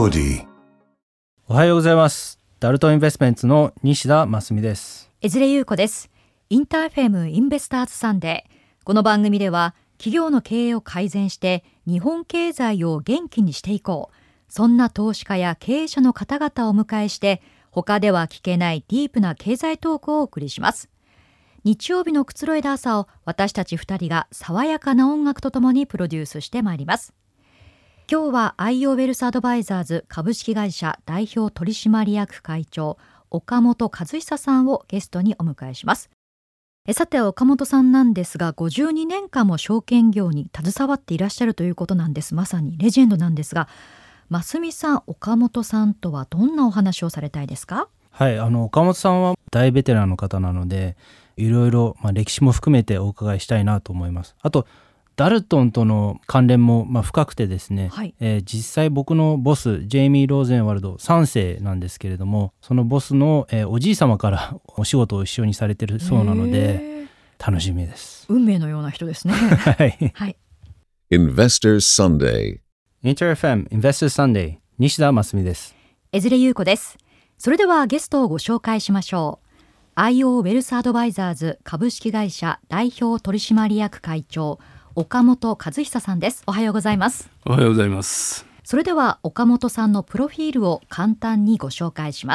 Melody。 おはようございます。ダルトンインベストメンツの西田真澄です。 江連優子です。インターフェムインベスターズサンデー。この番組では企業の経営を改善して日本経済を元気にしていこう、そんな投資家や経営者の方々をお迎えして他では聞けないディープな経済トークをお送りします。日曜日のくつろいだ朝を私たち2人が爽やかな音楽とともにプロデュースしてまいります。今日はIOウェルスアドバイザーズ株式会社代表取締役会長岡本和久さんをゲストにお迎えします。さて岡本さんなんですが、52年間も証券業に携わっていらっしゃるということなんです。まさにレジェンドなんですが、真澄さん、岡本さんとはどんなお話をされたいですか？ はい、岡本さんは大ベテランの方なので、いろいろ歴史も含めてお伺いしたいなと思います。あとダルトンとの関連も深くてですね、 はい、 実際僕のボスジェイミー・ローゼンワルド3世なんですけれども、そのボスの、おじい様からお仕事を一緒にされてるそうなので楽しみです。 運命のような人ですね。 はい、 はい、 Investors Sunday。 インターフェムインベスターズサンデー、西田真澄です。 江連優子です。それではゲストをご紹介しましょう。IOウェルスアドバイザーズ株式会社代表取締役会長岡本和久さんです。おはようございます。 おはようございます。 それでは岡本さんのプロフィールを簡単にご紹介します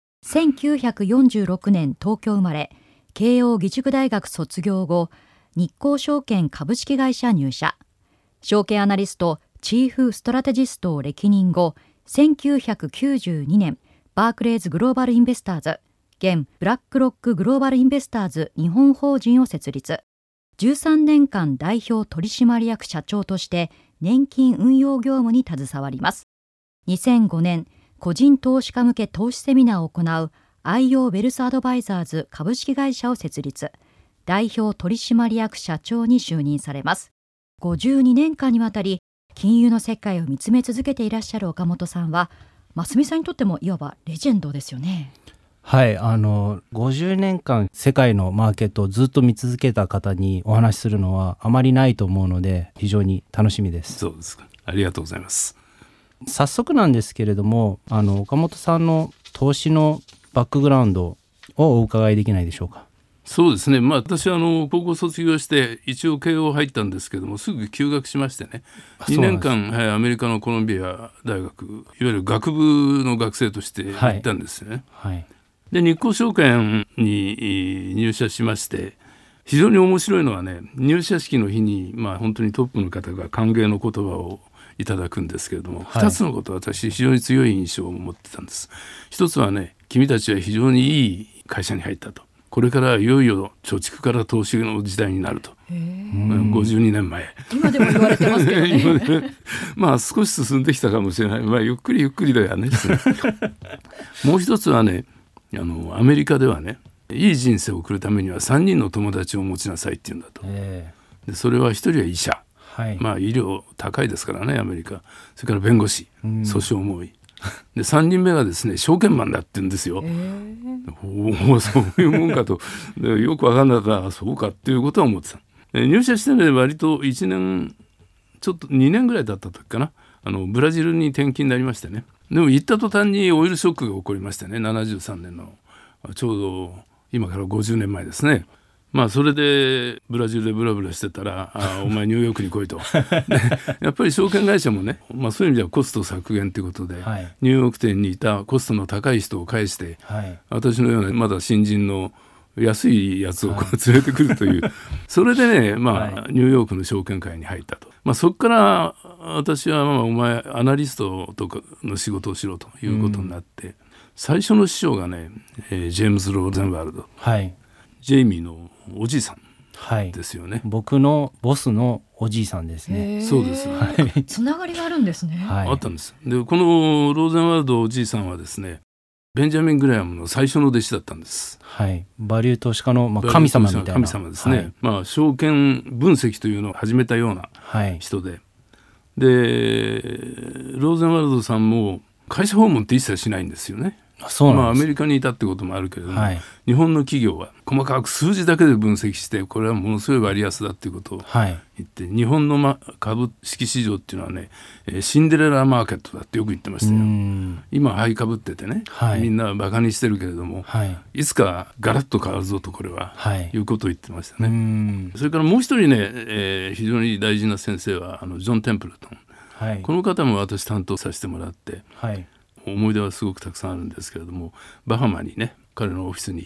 。1946年東京生まれ、慶應義塾大学卒業後、日興証券株式会社入社、証券アナリストチーフストラテジストを歴任後、1992年バークレーズグローバルインベスターズ、現ブラックロックグローバルインベスターズ日本法人を設立。13年間代表取締役社長として年金運用業務に携わります。2005年、個人投資家向け投資セミナーを行う IO ウェルスアドバイザーズ株式会社を設立。代表取締役社長に就任されます。52年間にわたり金融の世界を見つめ続けていらっしゃる岡本さんは、真澄さんにとってもいわばレジェンドですよね。 はい、50年間世界のマーケットをずっと見続けた方にお話しするのはあまりないと思うので非常に楽しみです。 そうですか。ありがとうございます。 早速なんですけれども、岡本さんの投資のバックグラウンドをお伺いできないでしょうか？ そうですね、私は高校卒業して一応慶応入ったんですけども、すぐ休学しましてね、2年間、アメリカのコロンビア大学、いわゆる学部の学生として行ったんですね。 はい、 で日興証券に入社しまして、非常に面白いのはね、入社式の日に、本当にトップの方が歓迎の言葉をいただくんですけれども、2つのことを私非常に強い印象を持ってたんです。一つはね、君たちは非常にいい会社に入ったと、これからいよいよ貯蓄から投資の時代になると。52年前、 今でも言われてますけどね。 少し進んできたかもしれない、ゆっくりゆっくりだよね。もう一つはね、アメリカではね、いい人生を送るためには3人の友達を持ちなさいって言うんだと。でそれは1人は医者、 はい、 医療高いですからねアメリカ。それから弁護士、訴訟も多い。で3人目がですね、証券マンだって言うんですよ。そういうもんかと。でよく分かんなかったらそうかっていうことは思ってた。入社してね、割と1年ちょっと2年ぐらいだった時かな、ブラジルに転勤になりましてね。でも行った途端にオイルショックが起こりましてね、73年のちょうど今から50年前ですね。それでブラジルでブラブラしてたらお前ニューヨークに来いと。やっぱり証券会社もね、そういう意味ではコスト削減ということで、 はい、 ニューヨーク店にいたコストの高い人を返して、 はい、 私のようなまだ新人の安いやつを連れてくるという、それでね、ニューヨークの証券会に入ったと。そこから私はお前アナリストとかの仕事をしろということになって、最初の師匠がね、ジェームズ・ローゼンワルド、 はい、 ジェイミーのおじいさんですよね。 僕のボスのおじいさんですね。 そうです、 つながりがあるんですね。 あったんです。でこのローゼンワルドおじいさんはですね、ベンジャミン・グレアムの最初の弟子だったんです。 はい、バリュー投資家の、神様みたいな。 神様ですね。証券分析というのを始めたような人で、でローゼンワルドさんも会社訪問って一切しないんですよね。 そうなんです。 アメリカにいたってこともあるけれども、 はい、 日本の企業は細かく数字だけで分析してこれはものすごい割安だっていうことを言って、日本の株式市場っていうのはね、シンデレラマーケットだってよく言ってましたよ。今買いかぶっててね、みんなバカにしてるけれども、いつかガラッと変わるぞとこれは、いうことを言ってましたね。それからもう一人ね、非常に大事な先生はジョン・テンプルトン、この方も私担当させてもらって、思い出はすごくたくさんあるんですけれども、バハマにね彼のオフィスに行って、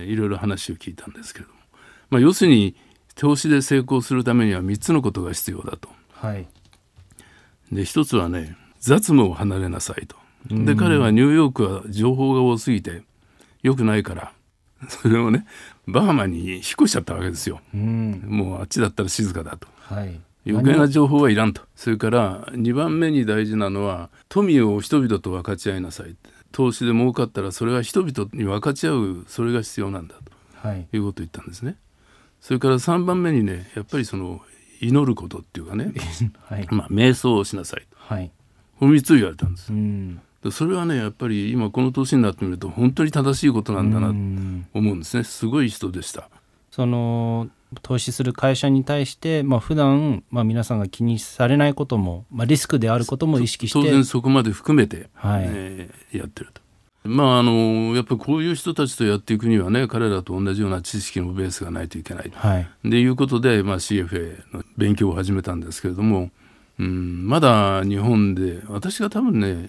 いろいろ話を聞いたんですけれども、要するに投資で成功するためには3つのことが必要だと。で一つはね、雑務を離れなさいと。で彼はニューヨークは情報が多すぎて良くないから、それをねバハマに引っ越しちゃったわけですよ。もうあっちだったら静かだと、余計な情報はいらんと。それから2番目に大事なのは、富を人々と分かち合いなさい。投資で儲かったらそれは人々に分かち合う、それが必要なんだと、いうことを言ったんですね。それから3番目にね、やっぱりその祈ることっていうかね、瞑想をしなさい、この3つ言われたんです。でそれはねやっぱり今この年になってみると本当に正しいことなんだなと思うんですね。すごい人でした。 その投資する会社に対して、普段、皆さんが気にされないことも、リスクであることも意識して当然そこまで含めて、やってると。やっぱりこういう人たちとやっていくにはね、彼らと同じような知識のベースがないといけない、でいうことで、CFA の勉強を始めたんですけれども、まだ日本で私が多分ね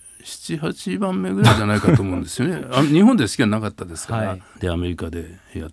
7、8番目ぐらいじゃないかと思うんですよね。日本で試験なかったですから、でアメリカでやって、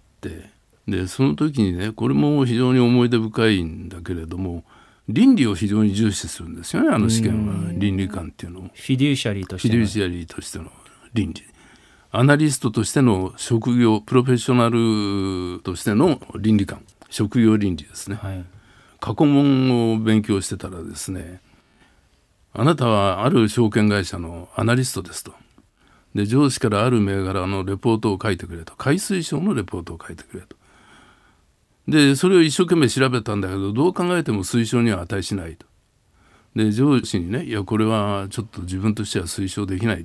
でその時にね、これも非常に思い出深いんだけれども、倫理を非常に重視するんですよね、あの試験は。倫理観っていうのを、 フィデューシャリーとしての倫理、アナリストとしての職業、プロフェッショナルとしての倫理観、職業倫理ですね。過去問を勉強してたらですね、あなたはある証券会社のアナリストですと。で上司からある銘柄のレポートを書いてくれと、海水省のレポートを書いてくれと。でそれを一生懸命調べたんだけど、どう考えても推奨には値しないと。で上司にね、いやこれはちょっと自分としては推奨できない、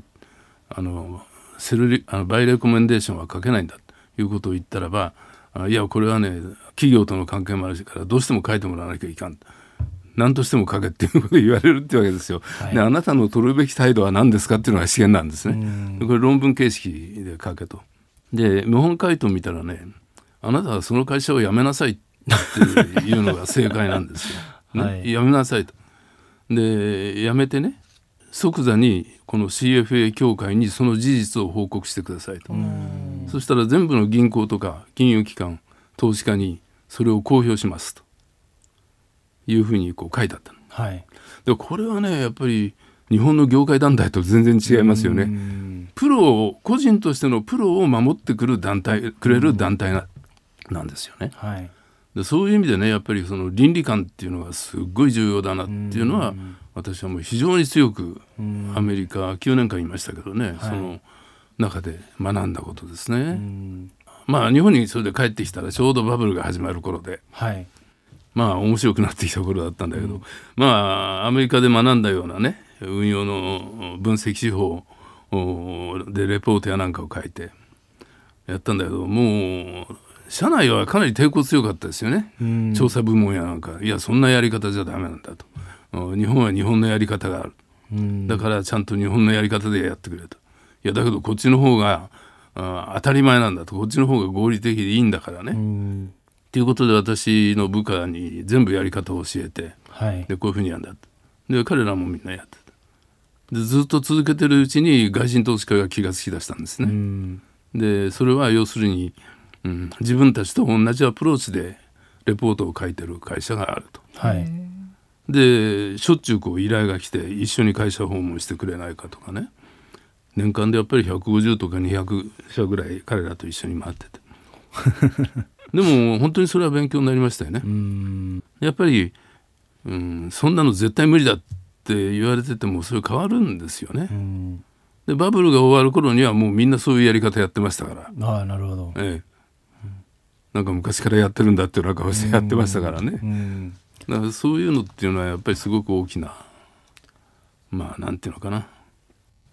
バイレコメンデーションは書けないんだということを言ったらば、いやこれはね企業との関係もあるからどうしても書いてもらわなきゃいかん、何としても書けっていうことを言われるってわけですよ。であなたの取るべき態度は何ですかっていうのが試験なんですね。これ論文形式で書けと。で無本回答見たらね、あなたはその会社を辞めなさいっていうのが正解なんですよ、辞めなさいと。で辞めてね、即座にこの CFA 協会にその事実を報告してくださいと。そしたら全部の銀行とか金融機関、投資家にそれを公表しますというふうにこう書いてあったの。でこれはねやっぱり日本の業界団体と全然違いますよね。プロを、個人としてのプロを守ってくれる団体なんですよね。でそういう意味でね、やっぱりその倫理観っていうのがすごい重要だなっていうのは、私はもう非常に強くアメリカ9年間いましたけどね、その中で学んだことですね。日本にそれで帰ってきたらちょうどバブルが始まる頃で、面白くなってきた頃だったんだけど、アメリカで学んだようなね運用の分析手法でレポートやなんかを書いてやったんだけど、もう社内はかなり抵抗強かったですよね。調査部門やなんか、いやそんなやり方じゃダメなんだと、日本は日本のやり方がある、だからちゃんと日本のやり方でやってくれと。いやだけどこっちの方が当たり前なんだと、こっちの方が合理的でいいんだからね、っていうことで私の部下に全部やり方を教えて、でこういうふうにやるんだと。で彼らもみんなやってた。でずっと続けてるうちに外人投資家が気がつき出したんですね。でそれは要するに、自分たちと同じアプローチでレポートを書いてる会社があると。でしょっちゅうこう依頼が来て、一緒に会社訪問してくれないかとかね、年間でやっぱり150とか200社ぐらい彼らと一緒に回っててでも本当にそれは勉強になりましたよね。やっぱり、そんなの絶対無理だって言われててもそれ変わるんですよね。でバブルが終わる頃にはもうみんなそういうやり方やってましたから。 なるほど。 なんか昔からやってるんだっていうような顔してやってましたからね。だからそういうのっていうのはやっぱりすごく大きな、なんていうのかな、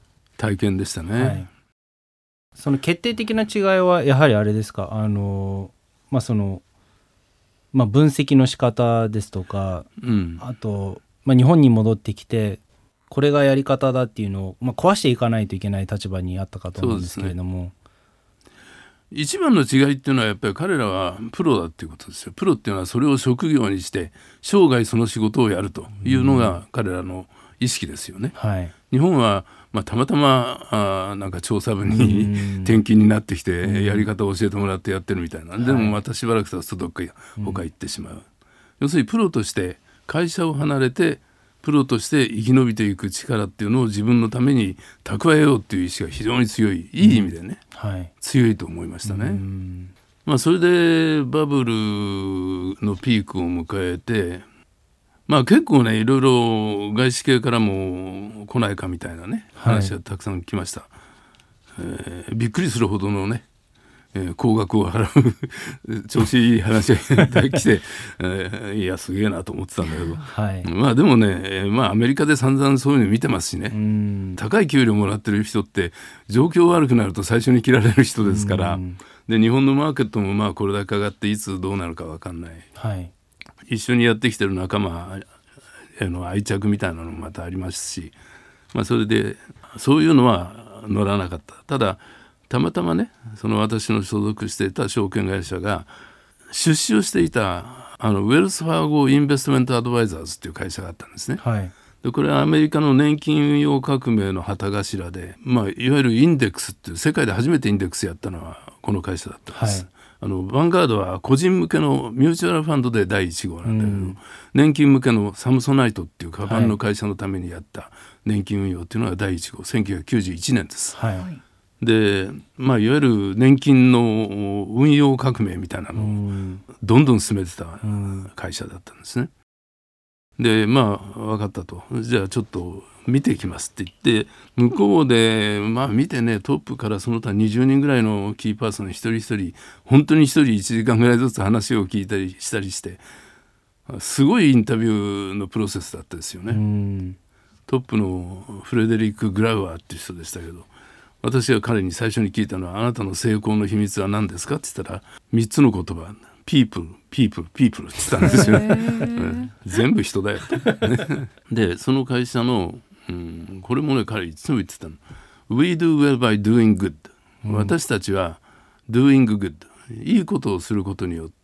体験でしたね。 はい、その決定的な違いはやはりあれですか、その分析の仕方ですとか、あと、日本に戻ってきてこれがやり方だっていうのを、壊していかないといけない立場にあったかと思うんですけれども、 一番の違いっていうのはやっぱり彼らはプロだっていうことですよ。プロっていうのはそれを職業にして生涯その仕事をやるというのが彼らの意識ですよね。 はい、 日本は、たまたまなんか調査部に転勤になってきてやり方を教えてもらってやってるみたいな。でもまたしばらく経つとどっか他行ってしまう。要するにプロとして会社を離れてプロとして生き延びていく力っていうのを自分のために蓄えようっていう意志が非常に強い、いい意味でね、強いと思いましたね。それでバブルのピークを迎えて、結構ねいろいろ外資系からも来ないかみたいなね話がたくさん来ました。びっくりするほどのね高額を払う調子いい話が来て、いやすげえなと思ってたんだけど、でもね、アメリカで散々そういうの見てますしね、高い給料もらってる人って状況悪くなると最初に切られる人ですから、で日本のマーケットもこれだけ上がっていつどうなるか分かんない、一緒にやってきてる仲間への愛着みたいなのもまたありますし、それでそういうのは乗らなかった。ただたまたまねその私の所属していた証券会社が出資をしていたウェルスファーゴインベストメントアドバイザーズっていう会社があったんですね。でこれはアメリカの年金運用革命の旗頭で、いわゆるインデックスっていう世界で初めてインデックスやったのはこの会社だったんです。ヴァンガードは個人向けのミューチュアルファンドで第1号なんだけど、年金向けのサムソナイトっていうカバンの会社のためにやった年金運用っていうのが第1号1991年です。でいわゆる年金の運用革命みたいなのをどんどん進めてた会社だったんですね。で分かったと、じゃあちょっと見ていきますって言って向こうで見てね、トップからその他20人ぐらいのキーパーソン一人一人本当に一人1時間ぐらいずつ話を聞いたりしたりして、すごいインタビューのプロセスだったですよね。トップのフレデリック・グラウアーっていう人でしたけど、私が彼に最初に聞いたのはあなたの成功の秘密は何ですかって言ったら3つの言葉、ピープルピープルピープルって言ったんですよね。全部人だよと、ね、でその会社の、これもね彼いつも言ってたの、 We do well by doing good、私たちは doing good、 いいことをすることによって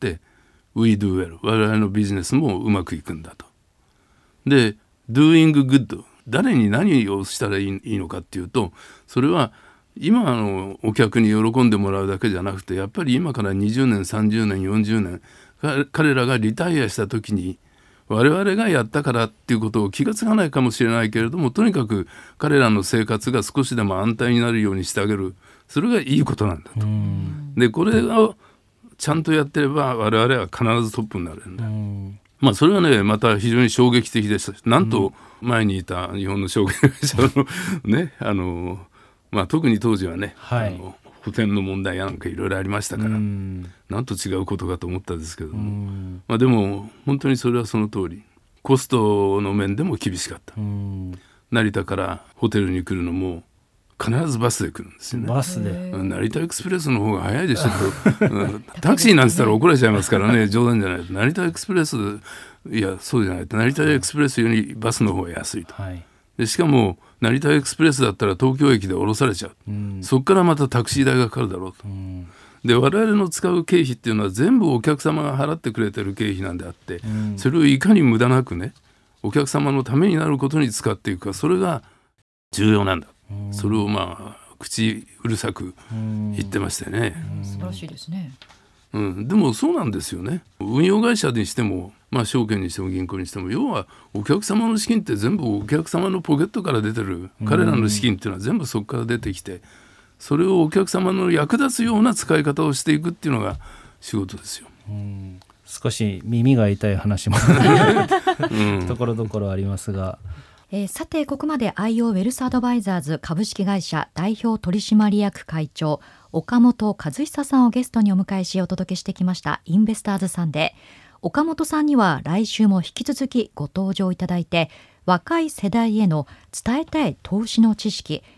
We do well、 我々のビジネスもうまくいくんだと。で doing good、 誰に何をしたらいいのかっていうと、それは今のお客に喜んでもらうだけじゃなくて、やっぱり今から20年30年40年彼らがリタイアした時に我々がやったからっていうことを気がつかないかもしれないけれども、とにかく彼らの生活が少しでも安泰になるようにしてあげる、それがいいことなんだと。でこれをちゃんとやってれば我々は必ずトップになれるんだ。それはねまた非常に衝撃的でした。なんと前にいた日本の証券会社のね特に当時はね、補填の問題やなんかいろいろありましたから、なんと違うことかと思ったんですけども、でも本当にそれはその通り、コストの面でも厳しかった。成田からホテルに来るのも必ずバスで来るんですよね。 バスで、 成田エクスプレスの方が早いでしょとタクシーなんて言ったら怒られちゃいますからね、冗談じゃない。成田エクスプレス、いやそうじゃない、成田エクスプレスよりバスの方が安いと、でしかも成田エクスプレスだったら東京駅で降ろされちゃう、そこからまたタクシー代がかかるだろうと、で我々の使う経費っていうのは全部お客様が払ってくれてる経費なんであって、それをいかに無駄なくねお客様のためになることに使っていくか、それが重要なんだ、それを口うるさく言ってましたよね。 素晴らしいですね。 でもそうなんですよね。運用会社にしても、証券にしても銀行にしても、要はお客様の資金って全部お客様のポケットから出てる、彼らの資金っていうのは全部そこから出てきて、それをお客様の役立つような使い方をしていくっていうのが仕事ですよ。 少し耳が痛い話もところどころありますが、 さてここまで IO ウェルスアドバイザーズ株式会社代表取締役会長岡本和久さんをゲストにお迎えしお届けしてきましたインベスターズサンデー。岡本さんには来週も引き続きご登場いただいて、若い世代への伝えたい投資の知識、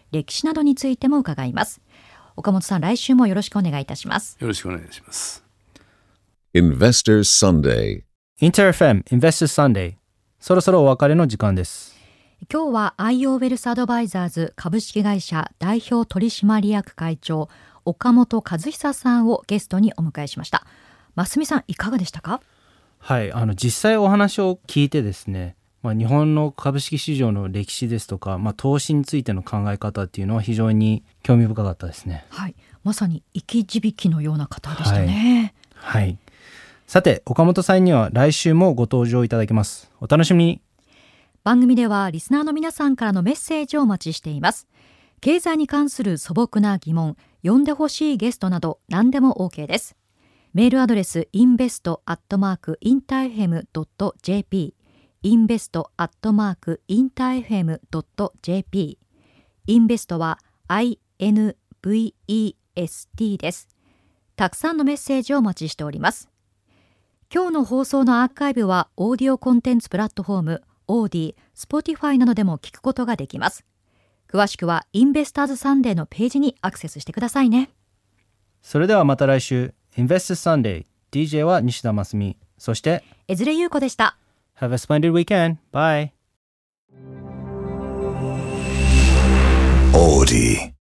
歴史などについても伺います。岡本さん、来週もよろしくお願いいたします。 よろしくお願いします。 Investors Sunday InterFM Investors Sunday、 そろそろお別れの時間です。 今日は IO ウェルスアドバイザーズ株式会社代表取締役会長岡本和久さんをゲストにお迎えしました。増見さん、いかがでしたか？ はい、実際お話を聞いてですね、日本の株式市場の歴史ですとか、投資についての考え方っていうのは非常に興味深かったですね。 はい、まさに生き字引のような方でしたね。 はい、はい、さて岡本さんには来週もご登場いただきます。お楽しみに。 番組ではリスナーの皆さんからのメッセージをお待ちしています。経済に関する素朴な疑問、呼んでほしいゲストなど何でも OK です。メールアドレス invest@interfm.jp invest@interfm.jp インベストは INVEST です。たくさんのメッセージをお待ちしております。今日の放送のアーカイブはオーディオコンテンツプラットフォームオーディ、Spotify などでも聞くことができます。詳しくはインベスターズサンデーのページにアクセスしてくださいね。 それではまた来週。Investors Sunday、 DJ は西田真澄、そして江連優子でした。 Have a splendid weekend. Bye. Audi